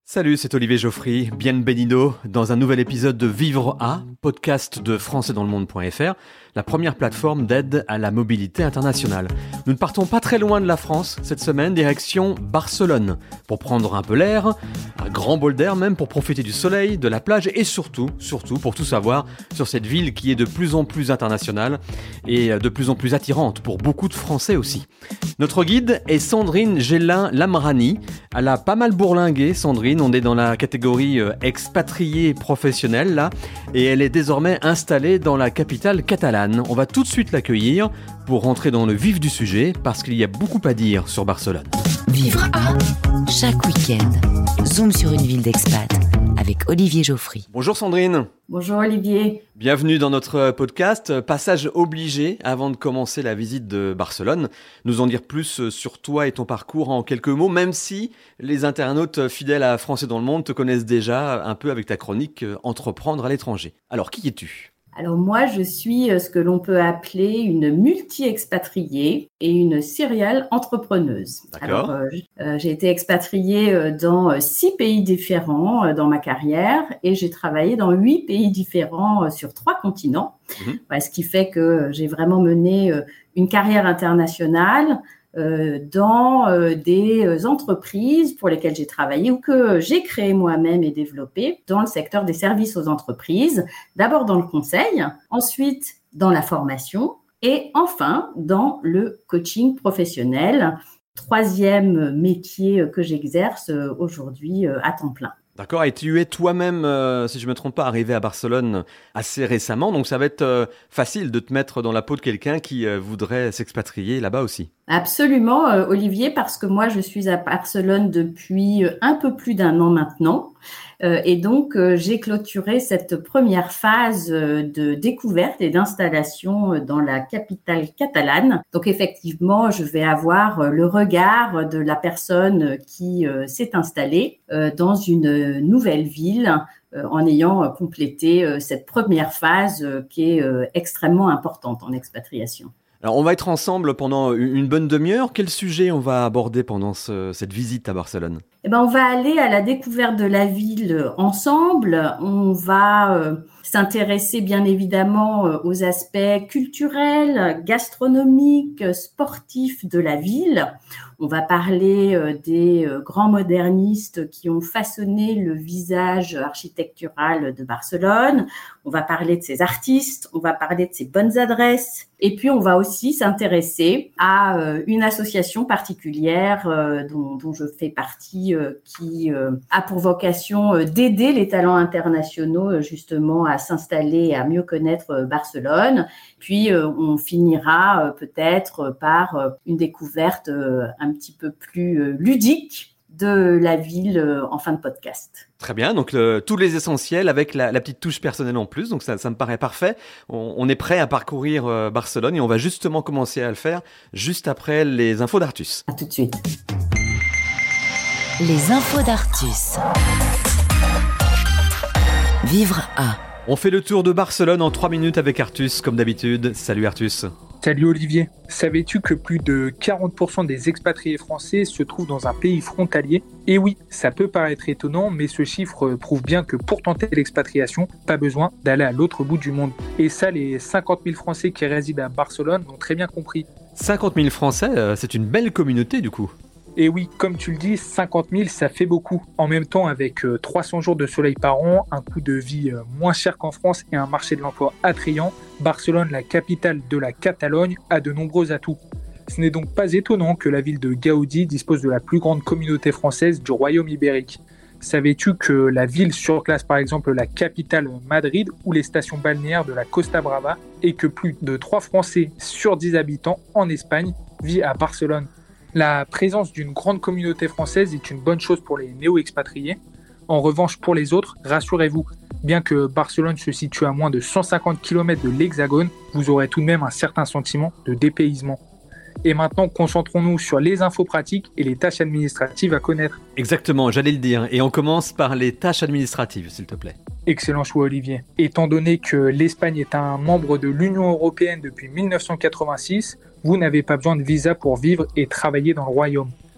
Salut, c'est Olivier Geoffry, bienvenido dans un nouvel épisode de Vivre à, podcast de françaisdanslemonde.fr, la première plateforme d'aide à la mobilité internationale. Nous ne partons pas très loin de la France cette semaine, direction Barcelone, pour prendre un peu l'air, un grand bol d'air même, pour profiter du soleil, de la plage et surtout pour tout savoir sur cette ville qui est de plus en plus internationale et de plus en plus attirante pour beaucoup de Français aussi. Notre guide est Sandrine Gélin-Lamrani. Elle a pas mal bourlingué, Sandrine. On est dans la catégorie expatriée professionnelle là, et elle est désormais installée dans la capitale catalane. On va tout de suite l'accueillir pour rentrer dans le vif du sujet, parce qu'il y a beaucoup à dire sur Barcelone. Vivre à, chaque week-end, zoom sur une ville d'expat avec Olivier Geoffry. Bonjour Sandrine. Bonjour Olivier. Bienvenue dans notre podcast. Passage obligé avant de commencer la visite de Barcelone. Nous en dire plus sur toi et ton parcours en quelques mots, même si les internautes fidèles à Français dans le monde te connaissent déjà un peu avec ta chronique Entreprendre à l'étranger. Alors, qui es-tu ? Alors moi, je suis ce que l'on peut appeler une multi-expatriée et une serial entrepreneuse. D'accord. Alors, j'ai été expatriée dans 6 pays différents dans ma carrière et j'ai travaillé dans 8 pays différents sur 3 continents. Ce qui fait que j'ai vraiment mené une carrière internationale dans des entreprises pour lesquelles j'ai travaillé ou que j'ai créé moi-même et développé dans le secteur des services aux entreprises, d'abord dans le conseil, ensuite dans la formation et enfin dans le coaching professionnel, 3e métier que j'exerce aujourd'hui à temps plein. D'accord, et tu es toi-même, si je ne me trompe pas, arrivé à Barcelone assez récemment, donc ça va être facile de te mettre dans la peau de quelqu'un qui voudrait s'expatrier là-bas aussi. Absolument, Olivier, parce que moi, je suis à Barcelone depuis un peu plus d'1 an maintenant. Et donc, j'ai clôturé cette première phase de découverte et d'installation dans la capitale catalane. Donc, effectivement, je vais avoir le regard de la personne qui s'est installée dans une nouvelle ville en ayant complété cette première phase qui est extrêmement importante en expatriation. Alors, on va être ensemble pendant une bonne demi-heure. Quel sujet on va aborder pendant cette visite à Barcelone ? On va aller à la découverte de la ville ensemble. On va s'intéresser bien évidemment aux aspects culturels, gastronomiques, sportifs de la ville. On va parler des grands modernistes qui ont façonné le visage architectural de Barcelone. On va parler de ses artistes, on va parler de ses bonnes adresses. Et puis, on va aussi s'intéresser à une association particulière dont je fais partie qui a pour vocation d'aider les talents internationaux justement à s'installer et à mieux connaître Barcelone. Puis, on finira peut-être par une découverte un petit peu plus ludique de la ville en fin de podcast. Très bien, donc tous les essentiels avec la petite touche personnelle en plus, donc ça me paraît parfait. On est prêt à parcourir Barcelone et on va justement commencer à le faire juste après les infos d'Artus. À tout de suite. Les infos d'Artus. Vivre à. On fait le tour de Barcelone en 3 minutes avec Artus, comme d'habitude. Salut Artus. Salut Olivier. Savais-tu que plus de 40% des expatriés français se trouvent dans un pays frontalier ? Et oui, ça peut paraître étonnant, mais ce chiffre prouve bien que pour tenter l'expatriation, pas besoin d'aller à l'autre bout du monde. Et ça, les 50 000 Français qui résident à Barcelone l'ont très bien compris. 50 000 Français, c'est une belle communauté du coup. Et oui, comme tu le dis, 50 000, ça fait beaucoup. En même temps, avec 300 jours de soleil par an, un coût de vie moins cher qu'en France et un marché de l'emploi attrayant, Barcelone, la capitale de la Catalogne, a de nombreux atouts. Ce n'est donc pas étonnant que la ville de Gaudi dispose de la plus grande communauté française du royaume ibérique. Savais-tu que la ville surclasse par exemple la capitale Madrid ou les stations balnéaires de la Costa Brava et que plus de 3 Français sur 10 habitants en Espagne vivent à Barcelone ? La présence d'une grande communauté française est une bonne chose pour les néo-expatriés. En revanche, pour les autres, rassurez-vous, bien que Barcelone se situe à moins de 150 km de l'Hexagone, vous aurez tout de même un certain sentiment de dépaysement. Et maintenant, concentrons-nous sur les infos pratiques et les tâches administratives à connaître. Exactement, j'allais le dire. Et on commence par les tâches administratives, s'il te plaît. Excellent choix, Olivier. Étant donné que l'Espagne est un membre de l'Union européenne depuis 1986, vous n'avez pas besoin de visa pour vivre et travailler dans le royaume.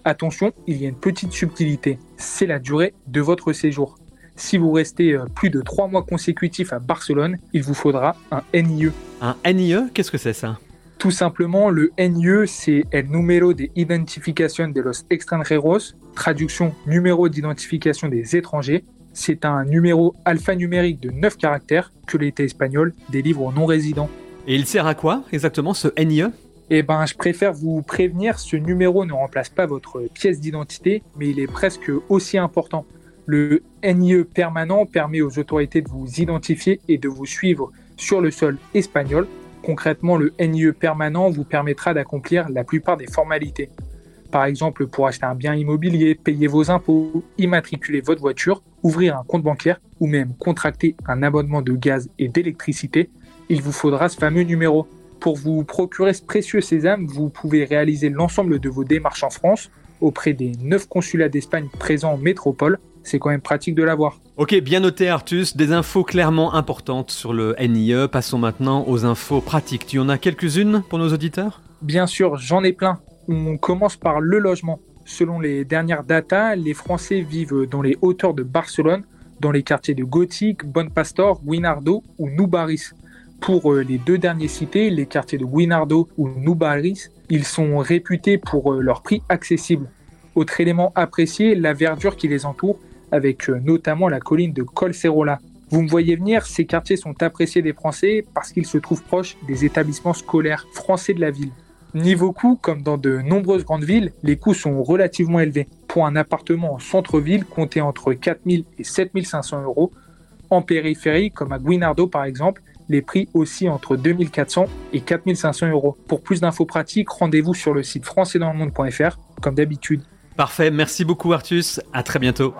Attention, il y a une petite subtilité, c'est la durée de votre séjour. Si vous restez plus de 3 mois consécutifs à Barcelone, il vous faudra un NIE. Un NIE, qu'est-ce que c'est ça ? Tout simplement, le NIE, c'est El Número de Identificación de los Extranjeros, traduction numéro d'identification des étrangers. C'est un numéro alphanumérique de 9 caractères que l'État espagnol délivre aux non-résidents. Et il sert à quoi exactement ce NIE ? Je préfère vous prévenir, ce numéro ne remplace pas votre pièce d'identité, mais il est presque aussi important. Le NIE permanent permet aux autorités de vous identifier et de vous suivre sur le sol espagnol. Concrètement, le NIE permanent vous permettra d'accomplir la plupart des formalités. Par exemple, pour acheter un bien immobilier, payer vos impôts, immatriculer votre voiture, ouvrir un compte bancaire ou même contracter un abonnement de gaz et d'électricité, il vous faudra ce fameux numéro. Pour vous procurer ce précieux sésame, vous pouvez réaliser l'ensemble de vos démarches en France auprès des 9 consulats d'Espagne présents en métropole. C'est quand même pratique de l'avoir. Ok, bien noté Artus, des infos clairement importantes sur le NIE. Passons maintenant aux infos pratiques. Tu en as quelques-unes pour nos auditeurs ? Bien sûr, j'en ai plein. On commence par le logement. Selon les dernières datas, les Français vivent dans les hauteurs de Barcelone, dans les quartiers de Gothic, Bon Pastor, Guinardó ou Nou Barris. Pour les 2 derniers cités, les quartiers de Guinardó ou Nou Barris, ils sont réputés pour leur prix accessible. Autre élément apprécié, la verdure qui les entoure, avec notamment la colline de Collserola. Vous me voyez venir, ces quartiers sont appréciés des Français parce qu'ils se trouvent proches des établissements scolaires français de la ville. Niveau coût, comme dans de nombreuses grandes villes, les coûts sont relativement élevés. Pour un appartement en centre-ville, comptez entre 4 000 et 7 500 euros. En périphérie, comme à Guinardó par exemple, les prix oscillent entre 2 400 et 4 500 euros. Pour plus d'infos pratiques, rendez-vous sur le site françaisdanslemonde.fr, comme d'habitude. Parfait, merci beaucoup Artus, à très bientôt.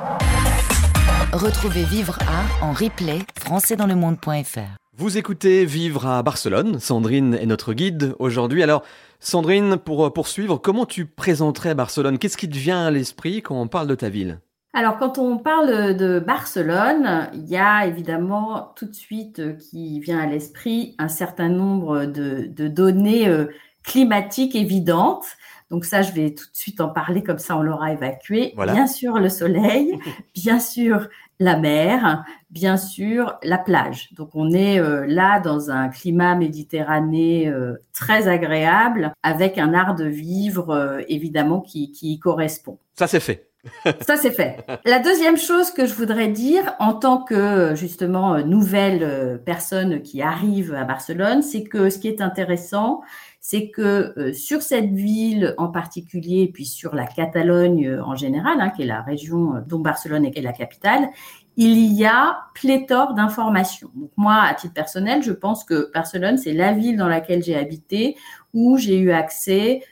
Retrouvez Vivre à en replay françaisdanslemonde.fr. Vous écoutez Vivre à Barcelone, Sandrine est notre guide aujourd'hui. Alors Sandrine, pour poursuivre, comment tu présenterais Barcelone ? Qu'est-ce qui te vient à l'esprit quand on parle de ta ville ? Alors, quand on parle de Barcelone, il y a évidemment tout de suite qui vient à l'esprit un certain nombre de données climatiques évidentes. Donc ça, je vais tout de suite en parler, comme ça on l'aura évacué. Voilà. Bien sûr, le soleil, bien sûr, la mer, bien sûr, la plage. Donc on est là dans un climat méditerranéen très agréable, avec un art de vivre évidemment qui y correspond. Ça, c'est fait. Ça, c'est fait. La deuxième chose que je voudrais dire, en tant que, justement, nouvelle personne qui arrive à Barcelone, c'est que ce qui est intéressant, c'est que sur cette ville en particulier, et puis sur la Catalogne en général, qui est la région dont Barcelone est la capitale, il y a pléthore d'informations. Donc moi, à titre personnel, je pense que Barcelone, c'est la ville dans laquelle j'ai habité, où j'ai eu accès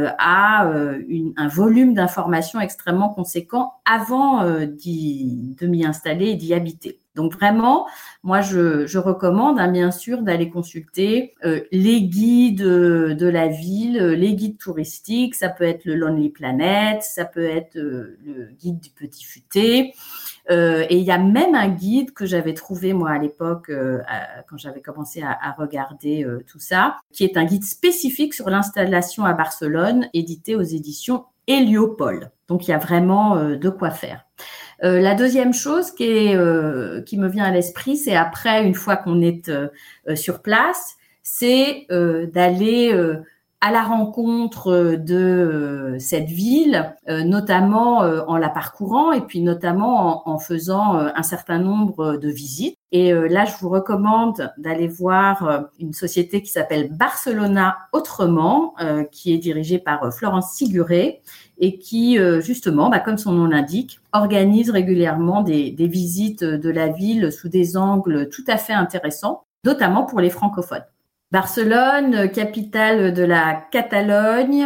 à un volume d'informations extrêmement conséquent avant de m'y installer et d'y habiter. Donc vraiment, moi je recommande bien sûr d'aller consulter les guides de la ville, les guides touristiques, ça peut être le Lonely Planet, ça peut être le guide du Petit Futé. Et il y a même un guide que j'avais trouvé moi à l'époque quand j'avais commencé à regarder tout ça, qui est un guide spécifique sur l'installation à Barcelone, édité aux éditions Heliopol. Donc il y a vraiment de quoi faire. La deuxième chose qui me vient à l'esprit, c'est après, une fois qu'on est sur place, c'est d'aller à la rencontre de cette ville, notamment en la parcourant et puis notamment en faisant un certain nombre de visites. Et là, je vous recommande d'aller voir une société qui s'appelle Barcelona Autrement, qui est dirigée par Florence Siguré et qui, justement, comme son nom l'indique, organise régulièrement des visites de la ville sous des angles tout à fait intéressants, notamment pour les francophones. Barcelone, capitale de la Catalogne,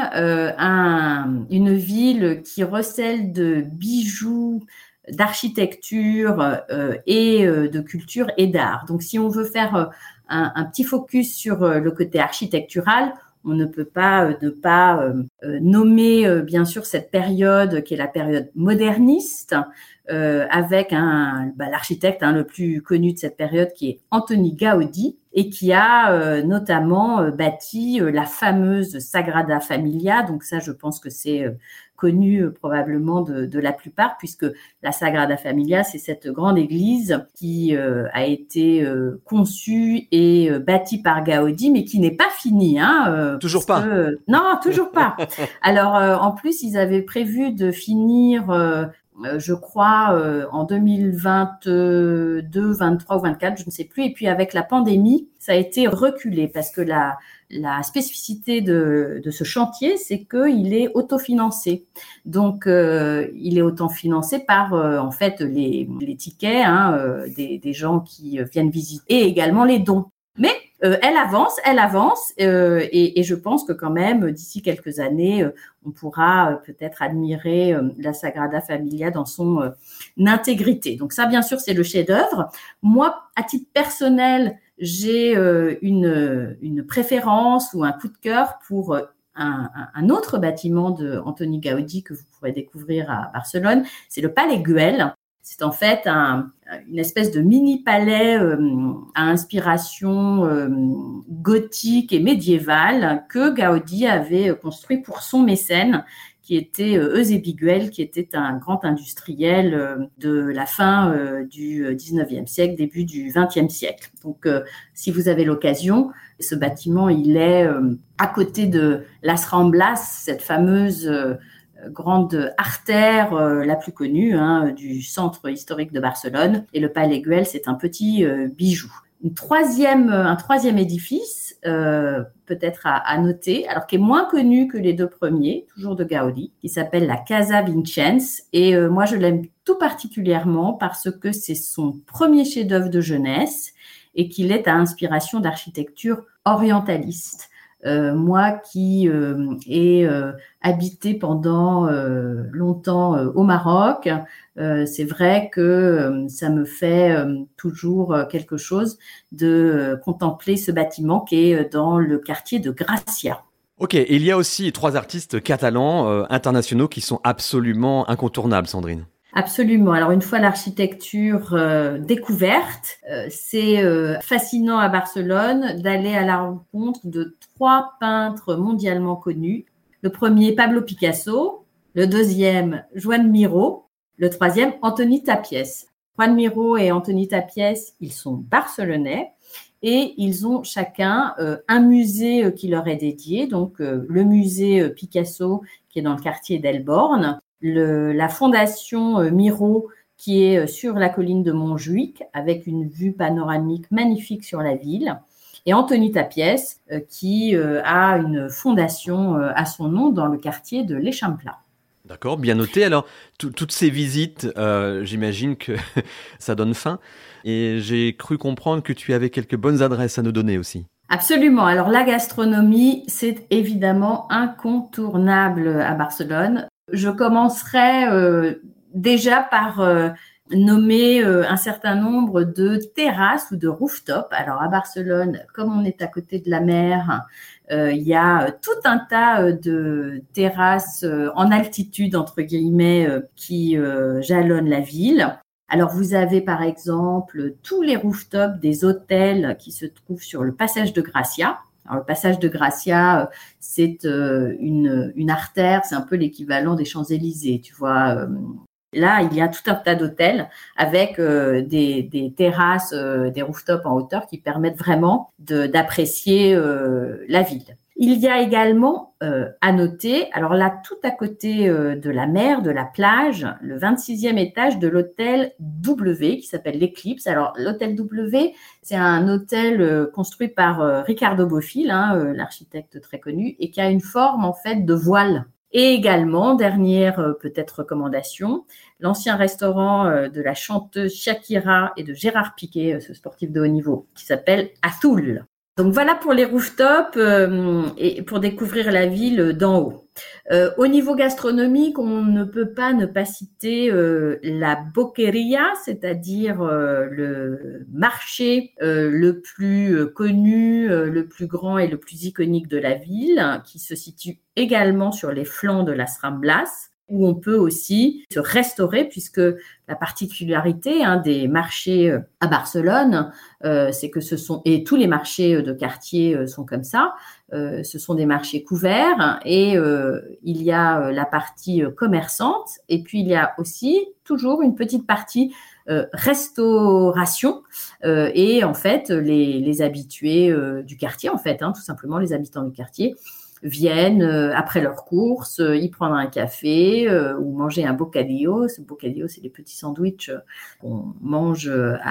une ville qui recèle de bijoux, d'architecture et de culture et d'art. Donc, si on veut faire un petit focus sur le côté architectural, on ne peut pas ne pas nommer bien sûr cette période qui est la période moderniste, avec l'architecte le plus connu de cette période qui est Antoni Gaudí et qui a notamment bâti la fameuse Sagrada Familia. Donc ça, je pense que c'est connu probablement de la plupart, puisque la Sagrada Familia, c'est cette grande église qui a été conçue et bâtie par Gaudi, mais qui n'est pas finie. Toujours pas. Non, toujours pas. Alors, en plus, ils avaient prévu de finir... je crois en 2022, 23 ou 24, je ne sais plus. Et puis avec la pandémie, ça a été reculé parce que la spécificité de ce chantier, c'est qu'il est autofinancé. Donc il est autofinancé par en fait les tickets des gens qui viennent visiter et également les dons. Mais elle avance, et je pense que quand même, d'ici quelques années, on pourra peut-être admirer la Sagrada Familia dans son intégrité. Donc ça, bien sûr, c'est le chef-d'œuvre. Moi, à titre personnel, j'ai une préférence ou un coup de cœur pour un autre bâtiment de Antoni Gaudi que vous pourrez découvrir à Barcelone. C'est le Palais Güell. C'est en fait une espèce de mini-palais à inspiration gothique et médiévale que Gaudi avait construit pour son mécène, qui était Eusebi Güell, qui était un grand industriel de la fin du 19e siècle, début du 20e siècle. Donc, si vous avez l'occasion, ce bâtiment, il est à côté de Las Ramblas, cette fameuse... grande artère la plus connue du centre historique de Barcelone. Et le Palais Güell, c'est un petit bijou. Un troisième édifice, peut-être à noter, alors qui est moins connu que les deux premiers, toujours de Gaudi, qui s'appelle la Casa Vincennes. Et moi, je l'aime tout particulièrement parce que c'est son premier chef-d'œuvre de jeunesse et qu'il est à inspiration d'architecture orientaliste. Moi qui ai habité pendant longtemps au Maroc, c'est vrai que ça me fait toujours quelque chose de contempler ce bâtiment qui est dans le quartier de Gracia. Ok, et il y a aussi 3 artistes catalans internationaux qui sont absolument incontournables, Sandrine. Absolument. Alors une fois l'architecture découverte, c'est fascinant à Barcelone d'aller à la rencontre de 3 peintres mondialement connus. Le premier, Pablo Picasso. Le deuxième, Joan Miró. Le troisième, Antoni Tàpies. Joan Miró et Antoni Tàpies, ils sont barcelonais et ils ont chacun un musée qui leur est dédié. Donc le musée Picasso qui est dans le quartier d'Elborn. La fondation Miró qui est sur la colline de Montjuïc avec une vue panoramique magnifique sur la ville, et Antoni Tàpies qui a une fondation à son nom dans le quartier de l'Eixample. D'accord, bien noté. Alors, toutes ces visites, j'imagine que ça donne faim, et j'ai cru comprendre que tu avais quelques bonnes adresses à nous donner aussi. Absolument. Alors la gastronomie, c'est évidemment incontournable à Barcelone. Je commencerai déjà par nommer un certain nombre de terrasses ou de rooftops. Alors à Barcelone, comme on est à côté de la mer, il y a tout un tas de terrasses en altitude, entre guillemets, qui jalonnent la ville. Alors vous avez par exemple tous les rooftops des hôtels qui se trouvent sur le passage de Gracia. Alors, le passage de Gracia, c'est une artère, c'est un peu l'équivalent des Champs-Élysées, tu vois. Là, il y a tout un tas d'hôtels avec des terrasses, des rooftops en hauteur qui permettent vraiment d'apprécier la ville. Il y a également à noter, alors là, tout à côté de la mer, de la plage, le 26e étage de l'hôtel W qui s'appelle l'Eclipse. Alors, l'hôtel W, c'est un hôtel construit par Ricardo Bofill, l'architecte très connu, et qui a une forme en fait de voile. Et également, dernière peut-être recommandation, l'ancien restaurant de la chanteuse Shakira et de Gérard Piqué, ce sportif de haut niveau, qui s'appelle Azul. Donc voilà pour les rooftops et pour découvrir la ville d'en haut. Au niveau gastronomique, on ne peut pas ne pas citer la Boqueria, c'est-à-dire le marché le plus connu, le plus grand et le plus iconique de la ville, qui se situe également sur les flancs de Las Ramblas. où on peut aussi se restaurer, puisque la particularité des marchés à Barcelone, c'est que et tous les marchés de quartier sont comme ça, ce sont des marchés couverts et il y a la partie commerçante et puis il y a aussi toujours une petite partie restauration et en fait les habitués du quartier, en fait, tout simplement les habitants du quartier viennent après leurs courses, y prendre un café ou manger un bocadillo. Ce bocadillo, c'est les petits sandwichs qu'on mange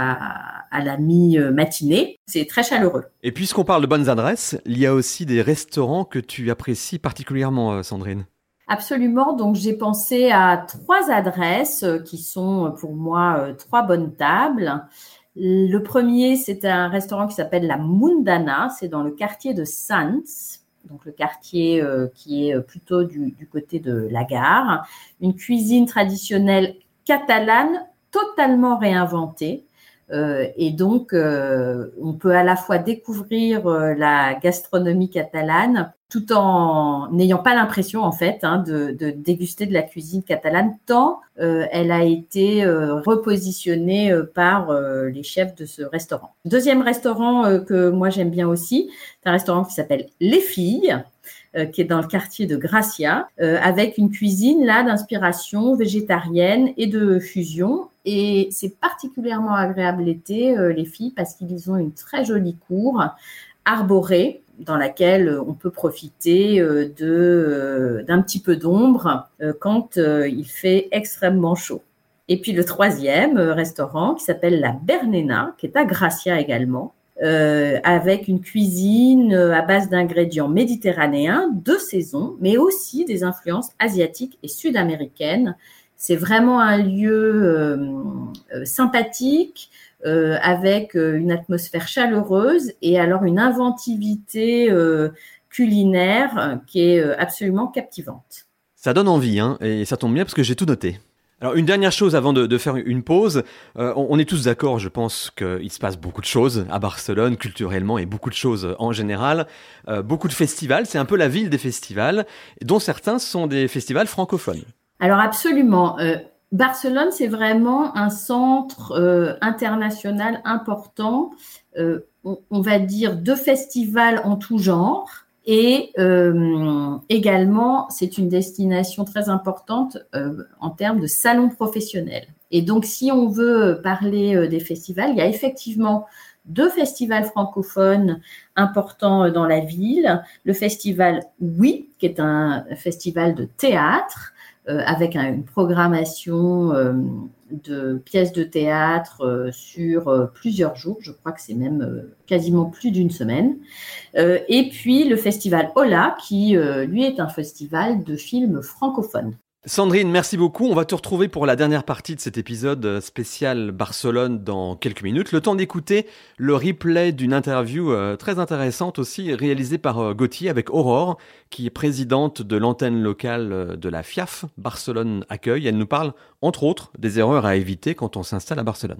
à la mi-matinée. C'est très chaleureux. Et puisqu'on parle de bonnes adresses, il y a aussi des restaurants que tu apprécies particulièrement, Sandrine. Absolument. Donc, j'ai pensé à 3 adresses qui sont pour moi 3 bonnes tables. Le premier, c'est un restaurant qui s'appelle La Mundana. C'est dans le quartier de Sants. Donc le quartier qui est plutôt du côté de la gare. Une cuisine traditionnelle catalane totalement réinventée. Et donc, on peut à la fois découvrir la gastronomie catalane tout en n'ayant pas l'impression, en fait, de déguster de la cuisine catalane, tant elle a été repositionnée par les chefs de ce restaurant. Deuxième restaurant que moi j'aime bien aussi, c'est un restaurant qui s'appelle Les Filles, qui est dans le quartier de Gracia, avec une cuisine là d'inspiration végétarienne et de fusion. Et c'est particulièrement agréable l'été, les filles, parce qu'ils ont une très jolie cour arborée dans laquelle on peut profiter d'un petit peu d'ombre quand il fait extrêmement chaud. Et puis le troisième restaurant qui s'appelle La Bernena, qui est à Gracia également, avec une cuisine à base d'ingrédients méditerranéens de saison, mais aussi des influences asiatiques et sud-américaines. C'est vraiment un lieu sympathique, avec une atmosphère chaleureuse et alors une inventivité culinaire qui est absolument captivante. Ça donne envie, et ça tombe bien parce que j'ai tout noté. Alors une dernière chose avant de faire une pause, on est tous d'accord, je pense qu'il se passe beaucoup de choses à Barcelone culturellement et beaucoup de choses en général, beaucoup de festivals, c'est un peu la ville des festivals, dont certains sont des festivals francophones. Alors absolument, Barcelone c'est vraiment un centre international important, on va dire de festivals en tout genre. Et également, c'est une destination très importante en termes de salons professionnels. Et donc, si on veut parler des festivals, il y a effectivement 2 festivals francophones importants dans la ville. Le festival Oui, qui est un festival de théâtre, avec une programmation de pièces de théâtre sur plusieurs jours. Je crois que c'est même quasiment plus d'une semaine. Et puis le festival Hola, qui lui est un festival de films francophones. Sandrine, merci beaucoup. On va te retrouver pour la dernière partie de cet épisode spécial Barcelone dans quelques minutes. Le temps d'écouter le replay d'une interview très intéressante aussi, réalisée par Gauthier avec Aurore, qui est présidente de l'antenne locale de la FIAF, Barcelone Accueil. Elle nous parle, entre autres, des erreurs à éviter quand on s'installe à Barcelone.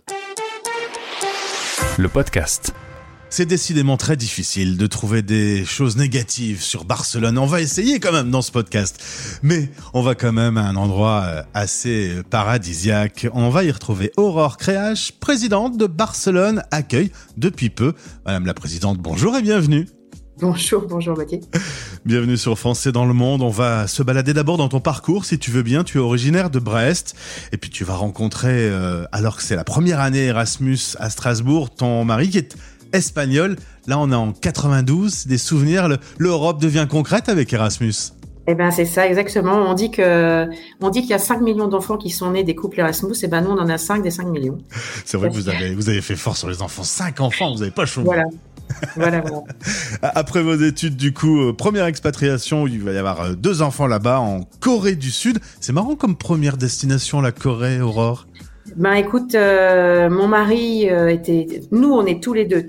Le podcast. C'est décidément très difficile de trouver des choses négatives sur Barcelone. On va essayer quand même dans ce podcast. Mais on va quand même à un endroit assez paradisiaque. On va y retrouver Aurore Créache, présidente de Barcelone Accueil depuis peu. Madame la présidente, bonjour et bienvenue. Bonjour Mathieu. Bienvenue sur Français dans le monde. On va se balader d'abord dans ton parcours, si tu veux bien. Tu es originaire de Brest et puis tu vas rencontrer, alors que c'est la première année Erasmus à Strasbourg, ton mari qui est espagnol. Là, on est en 92. Des souvenirs, l'Europe devient concrète avec Erasmus. Eh ben, c'est ça, exactement. On dit qu'il y a 5 millions d'enfants qui sont nés des couples Erasmus. Eh ben, nous, on en a 5 des 5 millions. C'est vrai que vous avez fait fort sur les enfants. 5 enfants, vous n'avez pas chaud. Voilà. Après vos études, du coup, première expatriation, il va y avoir 2 enfants là-bas en Corée du Sud. C'est marrant comme première destination, la Corée, Aurore. Ben écoute, mon mari nous on est tous les deux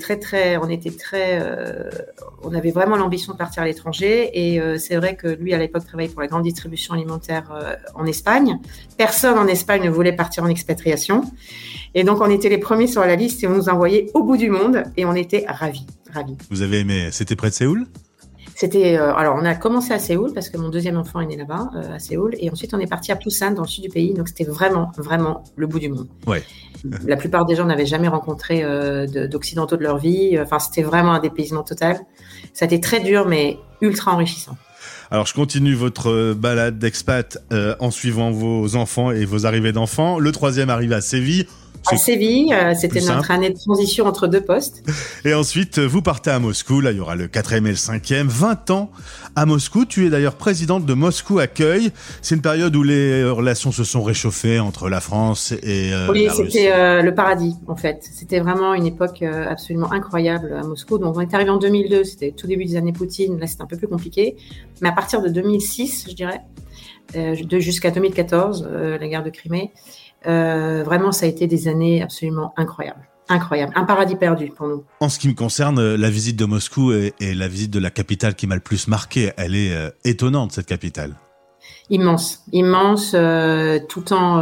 on avait vraiment l'ambition de partir à l'étranger et c'est vrai que lui à l'époque travaillait pour la grande distribution alimentaire en Espagne. Personne en Espagne ne voulait partir en expatriation et donc on était les premiers sur la liste et on nous envoyait au bout du monde et on était ravis. Vous avez aimé, c'était près de Séoul ? Alors, on a commencé à Séoul parce que mon deuxième enfant est né là-bas, à Séoul. Et ensuite, on est parti à Busan, dans le sud du pays. Donc, c'était vraiment, vraiment le bout du monde. Ouais. La plupart des gens n'avaient jamais rencontré d'occidentaux de leur vie. Enfin, c'était vraiment un dépaysement total. Ça a été très dur, mais ultra enrichissant. Alors, je continue votre balade d'expat en suivant vos enfants et vos arrivées d'enfants. Le troisième arrive à Séville. À Séville, c'était notre année de transition entre 2 postes. Et ensuite, vous partez à Moscou. Là, il y aura le 4e et le 5e. 20 ans à Moscou. Tu es d'ailleurs présidente de Moscou Accueil. C'est une période où les relations se sont réchauffées entre la France et oui, la Russie. c'était le paradis, en fait. C'était vraiment une époque absolument incroyable à Moscou. Donc, on est arrivé en 2002. C'était tout début des années Poutine. Là, c'était un peu plus compliqué. Mais à partir de 2006, je dirais, jusqu'à 2014, la guerre de Crimée, vraiment, ça a été des années absolument incroyables. Incroyable. Un paradis perdu pour nous. En ce qui me concerne, la visite de Moscou est la visite de la capitale qui m'a le plus marqué. Elle est étonnante, cette capitale. Immense. Tout le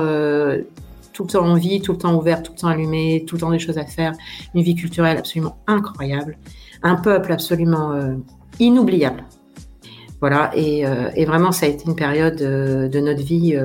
temps en vie, tout le temps ouvert, tout le temps allumé, tout le temps des choses à faire. Une vie culturelle absolument incroyable. Un peuple absolument inoubliable. Voilà. Et vraiment, ça a été une période de notre vie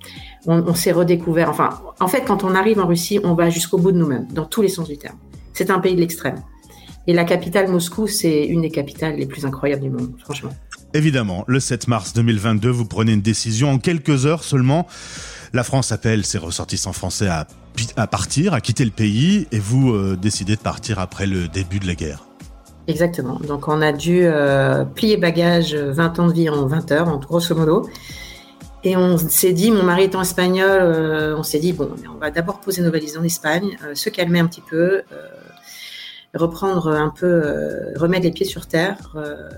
on s'est redécouvert. Enfin, en fait, quand on arrive en Russie, on va jusqu'au bout de nous-mêmes, dans tous les sens du terme. C'est un pays de l'extrême. Et la capitale, Moscou, c'est une des capitales les plus incroyables du monde, franchement. Évidemment, le 7 mars 2022, vous prenez une décision en quelques heures seulement. La France appelle ses ressortissants français à partir, à quitter le pays, et vous décidez de partir après le début de la guerre. Exactement. Donc, on a dû plier bagages 20 ans de vie en 20 heures, en grosso modo. Et on s'est dit, mon mari étant espagnol, on s'est dit, bon, on va d'abord poser nos valises en Espagne, se calmer un petit peu, reprendre un peu, remettre les pieds sur terre,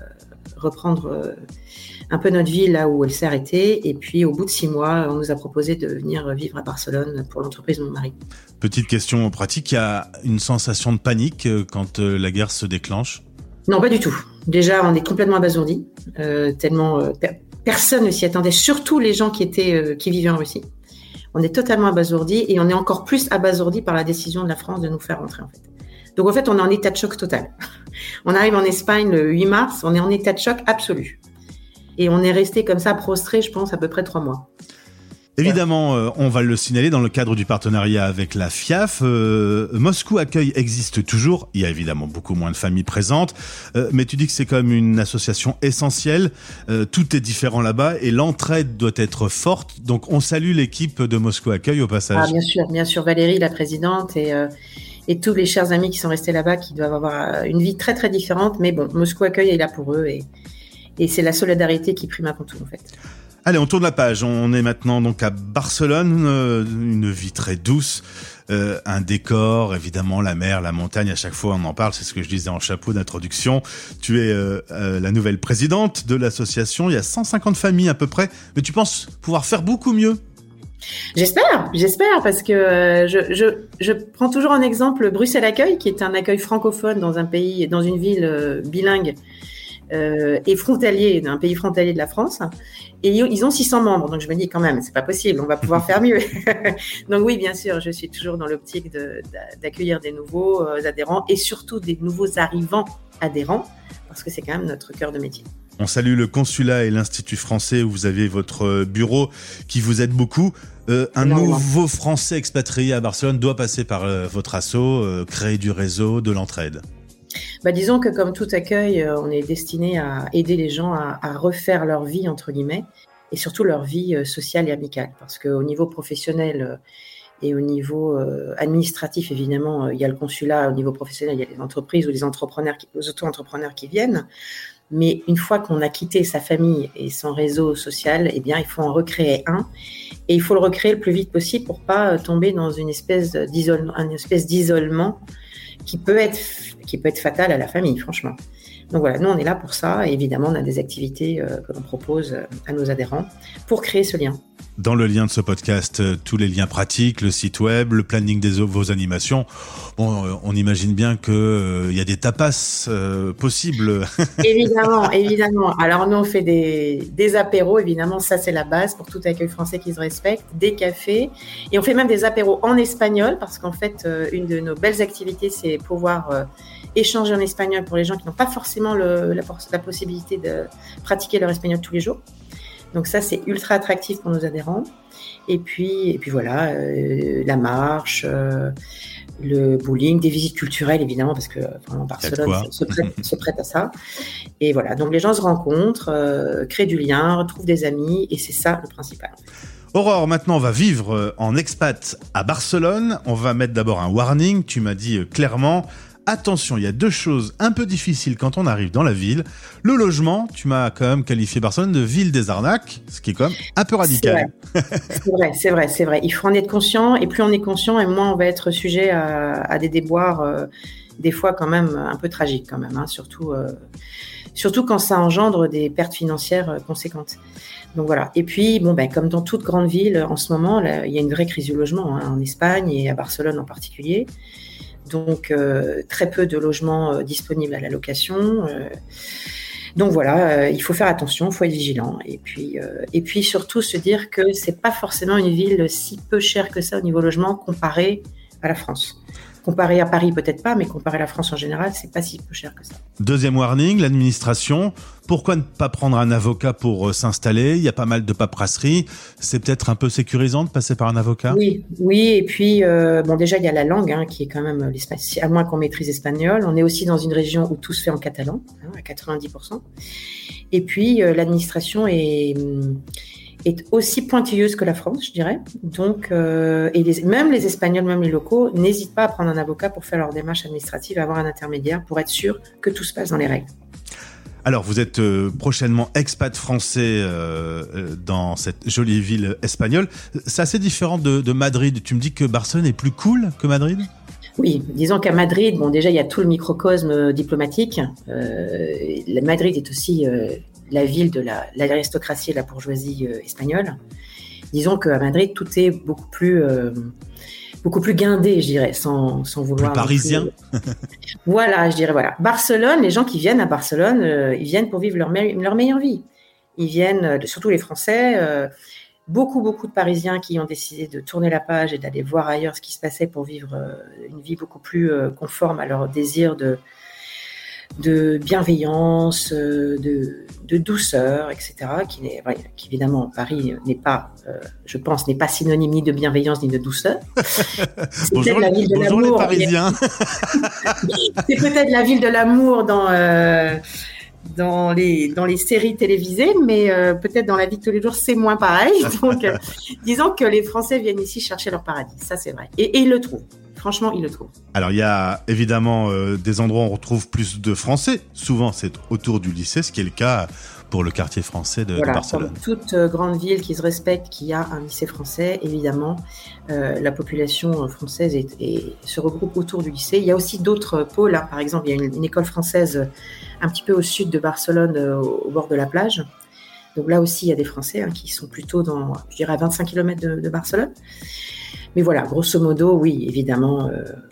reprendre un peu notre vie là où elle s'est arrêtée. Et puis, au bout de 6 mois, on nous a proposé de venir vivre à Barcelone pour l'entreprise de mon mari. Petite question pratique, il y a une sensation de panique quand la guerre se déclenche ? Non, pas du tout. Déjà, on est complètement abasourdis, tellement... Personne ne s'y attendait, surtout les gens qui vivaient en Russie. On est totalement abasourdis et on est encore plus abasourdis par la décision de la France de nous faire rentrer, en fait. Donc, en fait, on est en état de choc total. On arrive en Espagne le 8 mars, on est en état de choc absolu. Et on est resté comme ça, prostré, je pense, à peu près 3 mois. Évidemment, on va le signaler dans le cadre du partenariat avec la FIAF. Moscou Accueil existe toujours. Il y a évidemment beaucoup moins de familles présentes. Mais tu dis que c'est quand même une association essentielle. Tout est différent là-bas et l'entraide doit être forte. Donc, on salue l'équipe de Moscou Accueil au passage. Ah, bien sûr. Valérie, la présidente, et tous les chers amis qui sont restés là-bas, qui doivent avoir une vie très, très différente. Mais bon, Moscou Accueil est là pour eux et c'est la solidarité qui prime avant tout, en fait. Allez, on tourne la page. On est maintenant donc à Barcelone, une vie très douce, un décor, évidemment, la mer, la montagne. À chaque fois, on en parle. C'est ce que je disais en chapeau d'introduction. Tu es la nouvelle présidente de l'association. Il y a 150 familles à peu près, mais tu penses pouvoir faire beaucoup mieux. J'espère, parce que je prends toujours en exemple Bruxelles Accueil, qui est un accueil francophone dans une ville bilingue. Et frontalier, d'un pays frontalier de la France, et ils ont 600 membres, donc je me dis quand même, c'est pas possible, on va pouvoir faire mieux. Donc oui, bien sûr, je suis toujours dans l'optique d'accueillir des nouveaux adhérents, et surtout des nouveaux arrivants adhérents, parce que c'est quand même notre cœur de métier. On salue le consulat et l'Institut français où vous avez votre bureau qui vous aide beaucoup. Un nouveau Français expatrié à Barcelone doit passer par votre asso, créer du réseau, de l'entraide. Disons que comme tout accueil, on est destiné à aider les gens à refaire leur vie, entre guillemets, et surtout leur vie sociale et amicale. Parce qu'au niveau professionnel et au niveau administratif, évidemment, il y a le consulat. Au niveau professionnel, il y a les entreprises ou les auto-entrepreneurs qui viennent. Mais une fois qu'on a quitté sa famille et son réseau social, eh bien, il faut en recréer un. Et il faut le recréer le plus vite possible pour pas tomber dans une espèce d'isolement qui peut être fatal à la famille, franchement. Donc voilà, nous on est là pour ça, et évidemment on a des activités que l'on propose à nos adhérents pour créer ce lien. Dans le lien de ce podcast, tous les liens pratiques, le site web, le planning de vos animations. Bon, on imagine bien que y a des tapas possibles. Évidemment. Alors nous on fait des apéros, évidemment, ça c'est la base pour tout accueil français qui se respecte, des cafés, et on fait même des apéros en espagnol parce qu'en fait une de nos belles activités l'idée, c'est pouvoir échanger en espagnol pour les gens qui n'ont pas forcément la possibilité de pratiquer leur espagnol tous les jours. Donc ça, c'est ultra attractif pour nos adhérents. Et puis voilà, la marche, le bowling, des visites culturelles évidemment, parce que vraiment Barcelone se prête à ça. Et voilà, donc les gens se rencontrent, créent du lien, retrouvent des amis, et c'est ça le principal. Aurore, maintenant on va vivre en expat à Barcelone. On va mettre d'abord un warning, tu m'as dit clairement. Attention, il y a 2 choses un peu difficiles quand on arrive dans la ville. Le logement, tu m'as quand même qualifié Barcelone de ville des arnaques, ce qui est quand même un peu radical. C'est vrai. Il faut en être conscient, et plus on est conscient, et moins on va être sujet à des déboires, des fois quand même un peu tragiques quand même, hein, surtout quand ça engendre des pertes financières conséquentes. Donc voilà. Et puis, comme dans toute grande ville, en ce moment, là, il y a une vraie crise du logement, hein, en Espagne et à Barcelone en particulier. Donc, très peu de logements disponibles à la location. Donc voilà, il faut faire attention, il faut être vigilant. Et puis surtout se dire que c'est pas forcément une ville si peu chère que ça au niveau logement comparé à la France. Comparé à Paris, peut-être pas, mais comparé à la France en général, c'est pas si peu cher que ça. Deuxième warning, l'administration. Pourquoi ne pas prendre un avocat pour s'installer ? Il y a pas mal de paperasserie. C'est peut-être un peu sécurisant de passer par un avocat ? Oui. Et puis, déjà, il y a la langue, hein, qui est quand même l'espagnol. À moins qu'on maîtrise l'espagnol. On est aussi dans une région où tout se fait en catalan, hein, à 90%. Et puis, l'administration est aussi pointilleuse que la France, je dirais. Donc, même les Espagnols, même les locaux, n'hésitent pas à prendre un avocat pour faire leur démarche administrative, avoir un intermédiaire pour être sûr que tout se passe dans les règles. Alors, vous êtes prochainement expat français dans cette jolie ville espagnole. C'est assez différent de Madrid. Tu me dis que Barcelone est plus cool que Madrid ? Oui, disons qu'à Madrid, déjà, il y a tout le microcosme diplomatique. Madrid est aussi la ville de l'aristocratie et de la bourgeoisie espagnole. Disons qu'à Madrid, tout est beaucoup plus guindé, je dirais, sans vouloir... Plus parisien. Voilà, je dirais, voilà. Barcelone, les gens qui viennent à Barcelone, ils viennent pour vivre leur meilleure vie. Ils viennent, surtout les Français, beaucoup de Parisiens qui ont décidé de tourner la page et d'aller voir ailleurs ce qui se passait pour vivre une vie beaucoup plus conforme à leur désir de bienveillance, de douceur, etc. Qui évidemment, Paris n'est pas, je pense, n'est pas synonyme ni de bienveillance ni de douceur. Bonjour les Parisiens. C'est peut-être la ville de l'amour dans les séries télévisées, mais peut-être dans la vie de tous les jours, c'est moins pareil. Donc, disons que les Français viennent ici chercher leur paradis. Ça, c'est vrai. Et ils le trouvent. Franchement, ils le trouvent. Alors, il y a évidemment des endroits où on retrouve plus de Français. Souvent, c'est autour du lycée, ce qui est le cas pour le quartier français de Barcelone. Comme toute grande ville qui se respecte, qui a un lycée français, évidemment, la population française se regroupe autour du lycée. Il y a aussi d'autres pôles. Hein. Par exemple, il y a une école française un petit peu au sud de Barcelone, au bord de la plage. Donc là aussi, il y a des Français qui sont plutôt à 25 km de Barcelone. Mais voilà, grosso modo, oui, évidemment,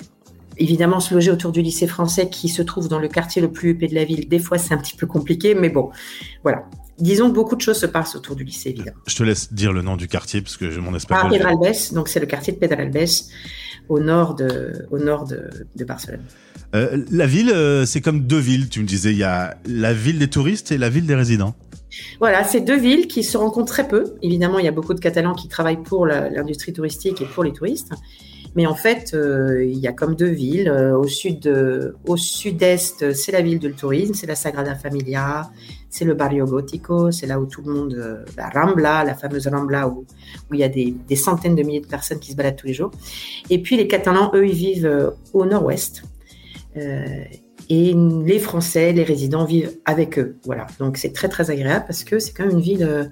se loger autour du lycée français qui se trouve dans le quartier le plus huppé de la ville, des fois, c'est un petit peu compliqué, mais bon, voilà. Disons que beaucoup de choses se passent autour du lycée, évidemment. Je te laisse dire le nom du quartier, parce que mon espagnol... Pedralbes, donc c'est le quartier de Pedralbes, au nord de Barcelone. La ville, c'est comme 2 villes, tu me disais. Il y a la ville des touristes et la ville des résidents. Voilà, c'est 2 villes qui se rencontrent très peu. Évidemment, il y a beaucoup de Catalans qui travaillent pour l'industrie touristique et pour les touristes. Mais en fait, il y a comme 2 villes. Au sud-est, c'est la ville du tourisme, c'est la Sagrada Familia, c'est le Barrio Gótico, c'est là où tout le monde... la Rambla, la fameuse Rambla, où il y a des centaines de milliers de personnes qui se baladent tous les jours. Et puis les Catalans, eux, ils vivent au nord-ouest. Et les Français, les résidents vivent avec eux. Voilà. Donc c'est très très agréable parce que c'est quand même une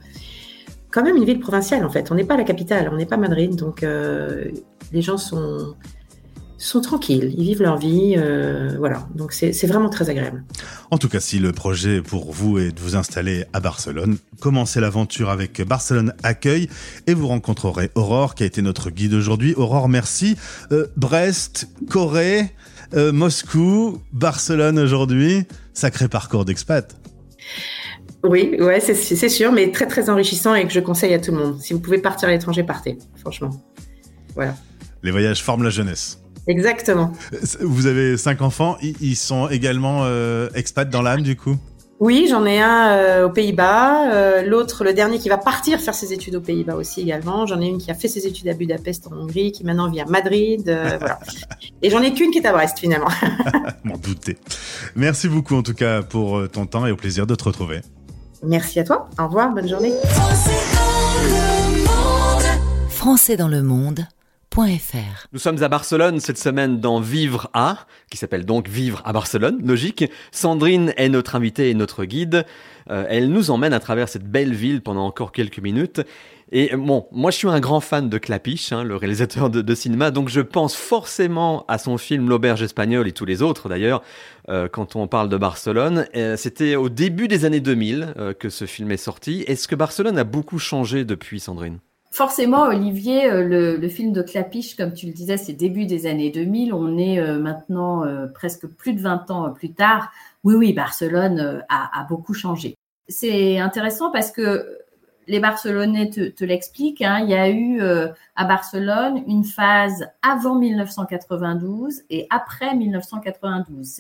ville provinciale en fait. On n'est pas la capitale, on n'est pas Madrid, donc les gens sont tranquilles, ils vivent leur vie, voilà. Donc c'est vraiment très agréable. En tout cas, si le projet pour vous est de vous installer à Barcelone, commencez l'aventure avec Barcelone Accueil et vous rencontrerez Aurore qui a été notre guide aujourd'hui. Aurore, merci. Brest, Corée, Moscou, Barcelone aujourd'hui, sacré parcours d'expat. Oui, ouais, c'est sûr, mais très très enrichissant et que je conseille à tout le monde. Si vous pouvez partir à l'étranger, partez, franchement. Voilà. Les voyages forment la jeunesse. Exactement. Vous avez 5 enfants, ils sont également expats dans l'âme du coup? Oui, j'en ai un aux Pays-Bas, l'autre, le dernier qui va partir faire ses études aux Pays-Bas aussi également. J'en ai une qui a fait ses études à Budapest en Hongrie, qui maintenant vit à Madrid, voilà. Et j'en ai qu'une qui est à Brest finalement. M'en doutais. Merci beaucoup en tout cas pour ton temps et au plaisir de te retrouver. Merci à toi. Au revoir, bonne journée. Françaisdanslemonde.fr. Nous sommes à Barcelone cette semaine dans Vivre à, qui s'appelle donc Vivre à Barcelone, logique. Sandrine est notre invitée et notre guide. Elle nous emmène à travers cette belle ville pendant encore quelques minutes. Et bon, moi je suis un grand fan de Clapiche, le réalisateur de cinéma, donc je pense forcément à son film L'Auberge espagnole et tous les autres d'ailleurs, quand on parle de Barcelone. C'était au début des années 2000 que ce film est sorti. Est-ce que Barcelone a beaucoup changé depuis, Sandrine ? Forcément, Olivier, le film de Clapiche, comme tu le disais, c'est début des années 2000. On est maintenant presque plus de 20 ans plus tard. Oui, Barcelone a beaucoup changé. C'est intéressant parce que les Barcelonais te l'expliquent. Il y a eu à Barcelone une phase avant 1992 et après 1992.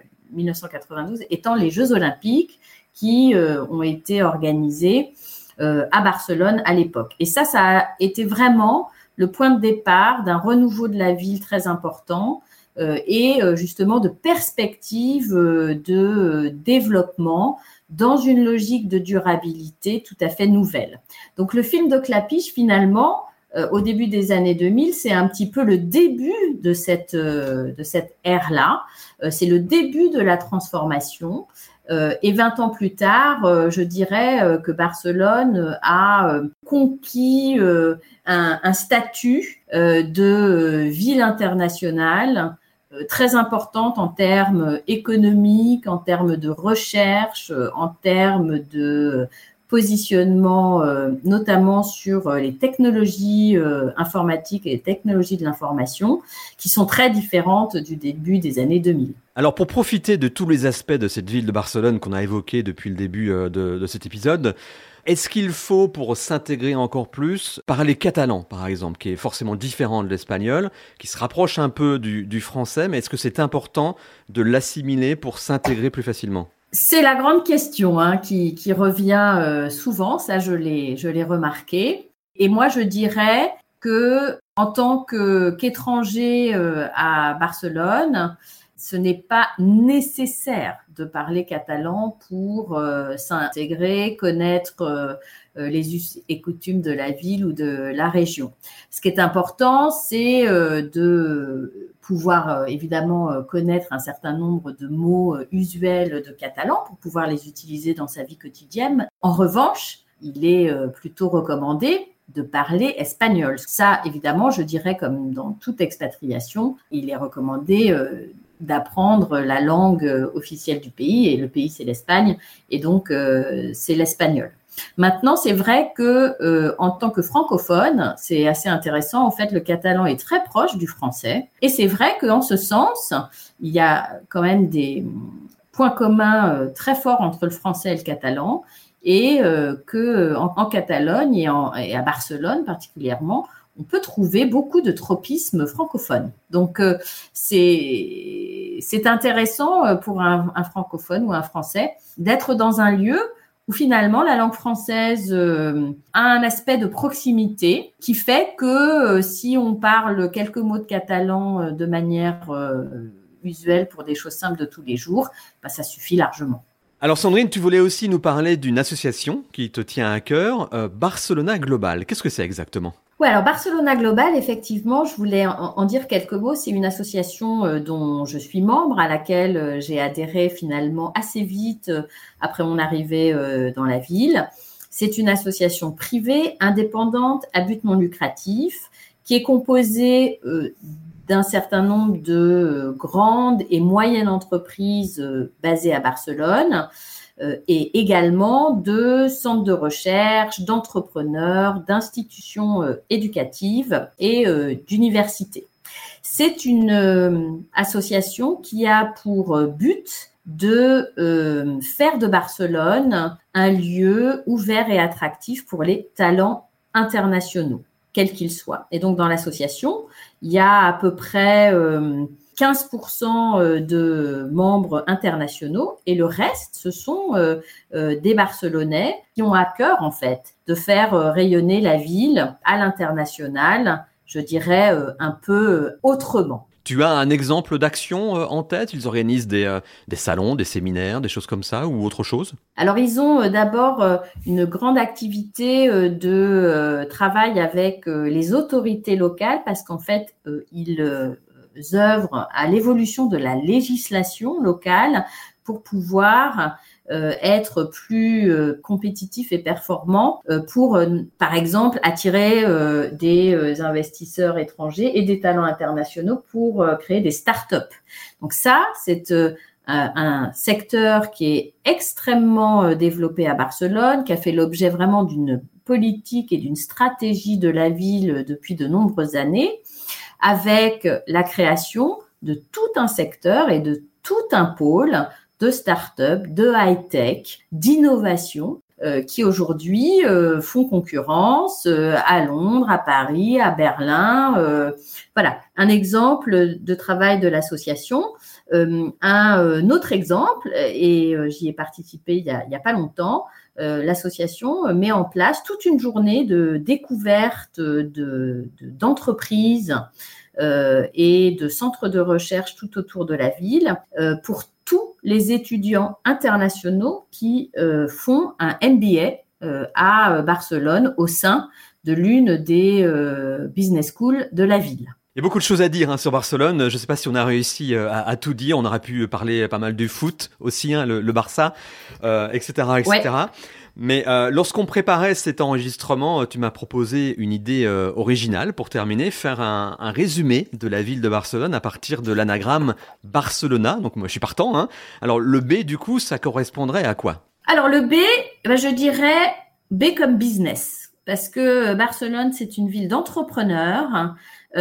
1992 étant les Jeux Olympiques qui ont été organisés à Barcelone à l'époque. Et ça a été vraiment le point de départ d'un renouveau de la ville très important et justement de perspective de développement dans une logique de durabilité tout à fait nouvelle. Donc le film de Clapiche, finalement, au début des années 2000, c'est un petit peu le début de cette ère-là. C'est le début de la transformation. Et 20 ans plus tard, je dirais que Barcelone a conquis un statut de ville internationale très importante en termes économiques, en termes de recherche, en termes de positionnement, notamment sur les technologies informatiques et les technologies de l'information, qui sont très différentes du début des années 2000. Alors pour profiter de tous les aspects de cette ville de Barcelone qu'on a évoqué depuis le début de cet épisode, est-ce qu'il faut, pour s'intégrer encore plus, parler catalan, par exemple, qui est forcément différent de l'espagnol, qui se rapproche un peu du français, mais est-ce que c'est important de l'assimiler pour s'intégrer plus facilement ? C'est la grande question qui revient souvent, ça je l'ai remarqué. Et moi je dirais que en tant qu'étranger à Barcelone, ce n'est pas nécessaire de parler catalan pour s'intégrer, connaître les us et coutumes de la ville ou de la région. Ce qui est important, c'est de pouvoir évidemment connaître un certain nombre de mots usuels de catalan pour pouvoir les utiliser dans sa vie quotidienne. En revanche, il est plutôt recommandé de parler espagnol. Ça, évidemment, je dirais comme dans toute expatriation, il est recommandé d'apprendre la langue officielle du pays, et le pays c'est l'Espagne, et donc c'est l'espagnol. Maintenant, c'est vrai que en tant que francophone, c'est assez intéressant. En fait, le catalan est très proche du français, et c'est vrai qu'en ce sens, il y a quand même des points communs très forts entre le français et le catalan, et que en Catalogne et à Barcelone particulièrement, on peut trouver beaucoup de tropismes francophones. Donc, c'est intéressant pour un francophone ou un français d'être dans un lieu où finalement la langue française a un aspect de proximité qui fait que si on parle quelques mots de catalan de manière usuelle pour des choses simples de tous les jours, ça suffit largement. Alors Sandrine, tu voulais aussi nous parler d'une association qui te tient à cœur, Barcelona Global. Qu'est-ce que c'est exactement ? Oui, alors Barcelona Global, effectivement, je voulais en dire quelques mots. C'est une association dont je suis membre, à laquelle j'ai adhéré finalement assez vite après mon arrivée dans la ville. C'est une association privée, indépendante, à but non lucratif, qui est composée d'un certain nombre de grandes et moyennes entreprises basées à Barcelone, et également de centres de recherche, d'entrepreneurs, d'institutions éducatives et d'universités. C'est une association qui a pour but de faire de Barcelone un lieu ouvert et attractif pour les talents internationaux. quel qu'il soit. Et donc, dans l'association, il y a à peu près 15% de membres internationaux et le reste, ce sont des Barcelonais qui ont à cœur, en fait, de faire rayonner la ville à l'international, je dirais un peu autrement. Tu as un exemple d'action en tête? Ils organisent des salons, des séminaires, des choses comme ça ou autre chose? Alors, ils ont d'abord une grande activité de travail avec les autorités locales parce qu'en fait, ils œuvrent à l'évolution de la législation locale pour pouvoir être plus compétitif et performant pour, par exemple, attirer des investisseurs étrangers et des talents internationaux pour créer des startups. Donc ça, c'est un secteur qui est extrêmement développé à Barcelone, qui a fait l'objet vraiment d'une politique et d'une stratégie de la ville depuis de nombreuses années, avec la création de tout un secteur et de tout un pôle de start-up, de high-tech, d'innovation qui aujourd'hui font concurrence à Londres, à Paris, à Berlin. Voilà, un exemple de travail de l'association. Un autre exemple, et j'y ai participé il y a pas longtemps, l'association met en place toute une journée de découverte d'entreprises et de centres de recherche tout autour de la ville pour tous les étudiants internationaux qui font un MBA à Barcelone au sein de l'une des business schools de la ville. Il y a beaucoup de choses à dire sur Barcelone. Je ne sais pas si on a réussi à tout dire. On aurait pu parler pas mal du foot aussi, le Barça, etc., etc. Ouais. Mais lorsqu'on préparait cet enregistrement, tu m'as proposé une idée originale pour terminer, faire un résumé de la ville de Barcelone à partir de l'anagramme Barcelona. Donc moi, je suis partant. Hein. Alors le B, du coup, ça correspondrait à quoi? Alors le B, je dirais B comme business. Parce que Barcelone, c'est une ville d'entrepreneurs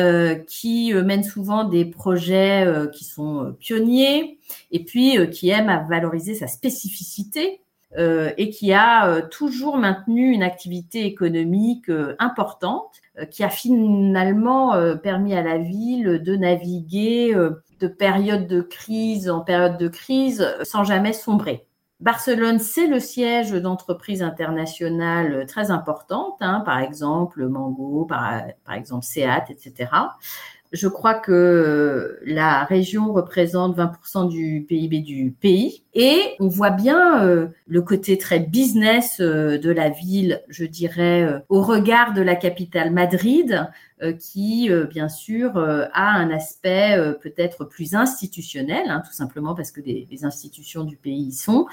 qui mènent souvent des projets qui sont pionniers et puis qui aiment à valoriser sa spécificité. Et qui a toujours maintenu une activité économique importante, qui a finalement permis à la ville de naviguer de période de crise en période de crise sans jamais sombrer. Barcelone, c'est le siège d'entreprises internationales très importantes, par exemple Mango, par exemple Seat, etc. Je crois que la région représente 20% du PIB du pays et on voit bien le côté très business de la ville, je dirais, au regard de la capitale Madrid, qui, bien sûr, a un aspect peut-être plus institutionnel, tout simplement parce que les institutions du pays y sont,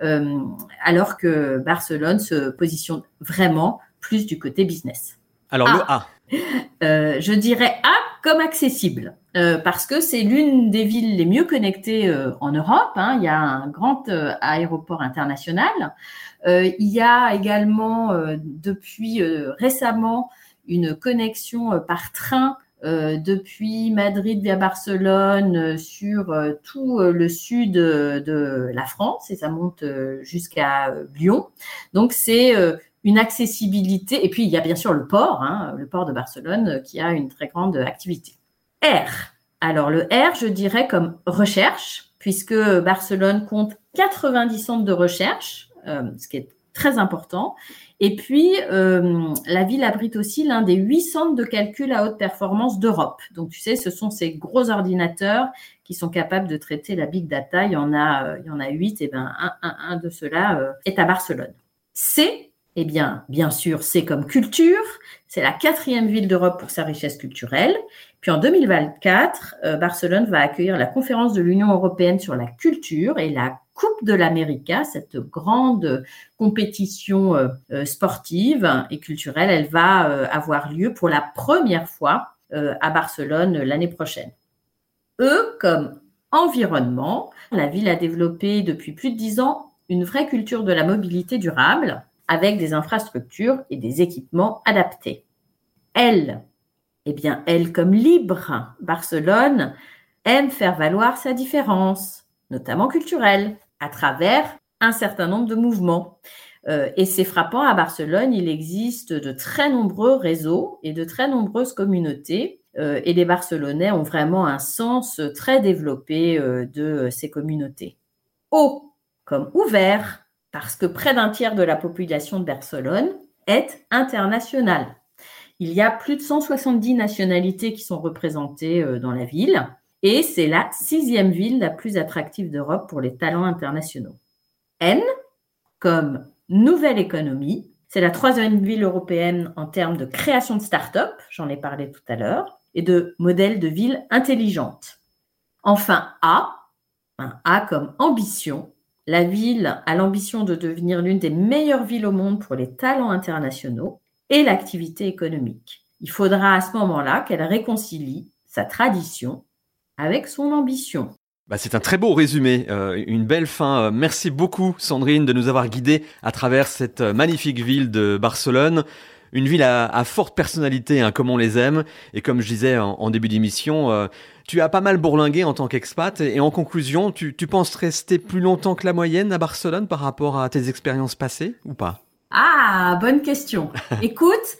alors que Barcelone se positionne vraiment plus du côté business. Alors le A. Je dirais A comme accessible, parce que c'est l'une des villes les mieux connectées en Europe. Il y a un grand aéroport international. Il y a également depuis récemment une connexion par train depuis Madrid via Barcelone sur tout le sud de la France et ça monte jusqu'à Lyon. Donc c'est une accessibilité. Et puis, il y a bien sûr le port de Barcelone qui a une très grande activité. R. Alors, le R, je dirais comme recherche, puisque Barcelone compte 90 centres de recherche, ce qui est très important. Et puis, la ville abrite aussi l'un des 8 centres de calcul à haute performance d'Europe. Donc, tu sais, ce sont ces gros ordinateurs qui sont capables de traiter la big data. Il y en a 8, et un de ceux-là est à Barcelone. C. Eh bien sûr, c'est comme culture. C'est la 4e ville d'Europe pour sa richesse culturelle. Puis en 2024, Barcelone va accueillir la conférence de l'Union européenne sur la culture et la Coupe de l'América, cette grande compétition sportive et culturelle. Elle va avoir lieu pour la première fois à Barcelone l'année prochaine. E comme environnement. La ville a développé depuis plus de 10 ans une vraie culture de la mobilité durable, avec des infrastructures et des équipements adaptés. L, L comme libre, Barcelone aime faire valoir sa différence, notamment culturelle, à travers un certain nombre de mouvements. Et c'est frappant, à Barcelone, il existe de très nombreux réseaux et de très nombreuses communautés. Et les Barcelonais ont vraiment un sens très développé de ces communautés. O comme ouvert, parce que près d'un tiers de la population de Barcelone est internationale. Il y a plus de 170 nationalités qui sont représentées dans la ville et c'est la 6e ville la plus attractive d'Europe pour les talents internationaux. N comme nouvelle économie, c'est la 3e ville européenne en termes de création de start-up, j'en ai parlé tout à l'heure, et de modèles de ville intelligente. Enfin A, un A comme ambition. La ville a l'ambition de devenir l'une des meilleures villes au monde pour les talents internationaux et l'activité économique. Il faudra à ce moment-là qu'elle réconcilie sa tradition avec son ambition. C'est un très beau résumé, une belle fin. Merci beaucoup Sandrine de nous avoir guidés à travers cette magnifique ville de Barcelone. Une ville à forte personnalité, comme on les aime. Et comme je disais en début d'émission, tu as pas mal bourlingué en tant qu'expat. Et en conclusion, tu penses rester plus longtemps que la moyenne à Barcelone par rapport à tes expériences passées ou pas ? Ah, bonne question. Écoute,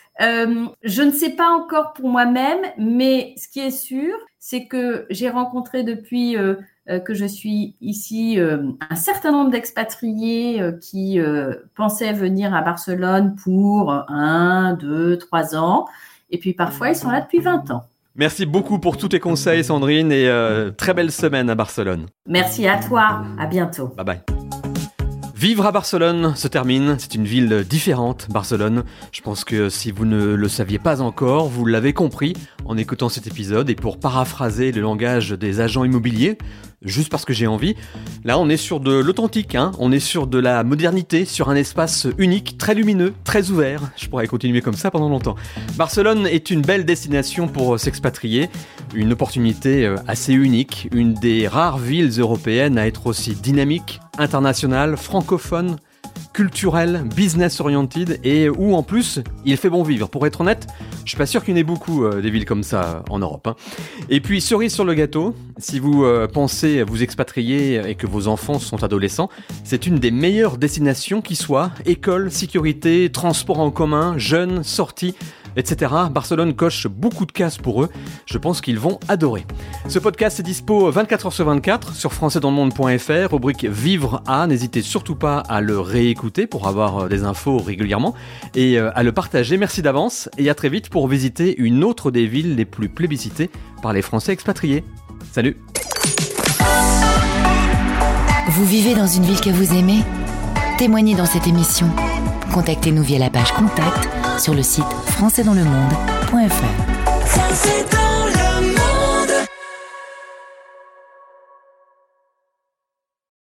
je ne sais pas encore pour moi-même, mais ce qui est sûr, c'est que j'ai rencontré depuis que je suis ici un certain nombre d'expatriés qui pensaient venir à Barcelone pour 1, 2, 3 ans. Et puis parfois, ils sont là depuis 20 ans. Merci beaucoup pour tous tes conseils, Sandrine, et très belle semaine à Barcelone. Merci à toi. À bientôt. Bye bye. Vivre à Barcelone se termine, c'est une ville différente, Barcelone. Je pense que si vous ne le saviez pas encore, vous l'avez compris en écoutant cet épisode. Et pour paraphraser le langage des agents immobiliers, juste parce que j'ai envie, là on est sur de l'authentique, on est sur de la modernité, sur un espace unique, très lumineux, très ouvert. Je pourrais continuer comme ça pendant longtemps. Barcelone est une belle destination pour s'expatrier, une opportunité assez unique, une des rares villes européennes à être aussi dynamique, internationale, francophone, culturelle, business-oriented et où en plus il fait bon vivre. Pour être honnête, je suis pas sûr qu'il y en ait beaucoup des villes comme ça en Europe. Et puis cerise sur le gâteau, si vous pensez vous expatrier et que vos enfants sont adolescents, c'est une des meilleures destinations qui soit. École, sécurité, transport en commun, jeunes, sorties, etc. Barcelone coche beaucoup de cases pour eux. Je pense qu'ils vont adorer. Ce podcast est dispo 24h/24 sur françaisdanslemonde.fr, rubrique Vivre à. N'hésitez surtout pas à le réécouter pour avoir des infos régulièrement et à le partager. Merci d'avance et à très vite pour visiter une autre des villes les plus plébiscitées par les Français expatriés. Salut! Vous vivez dans une ville que vous aimez ? Témoignez dans cette émission. Contactez-nous via la page Contact sur le site françaisdanslemonde.fr.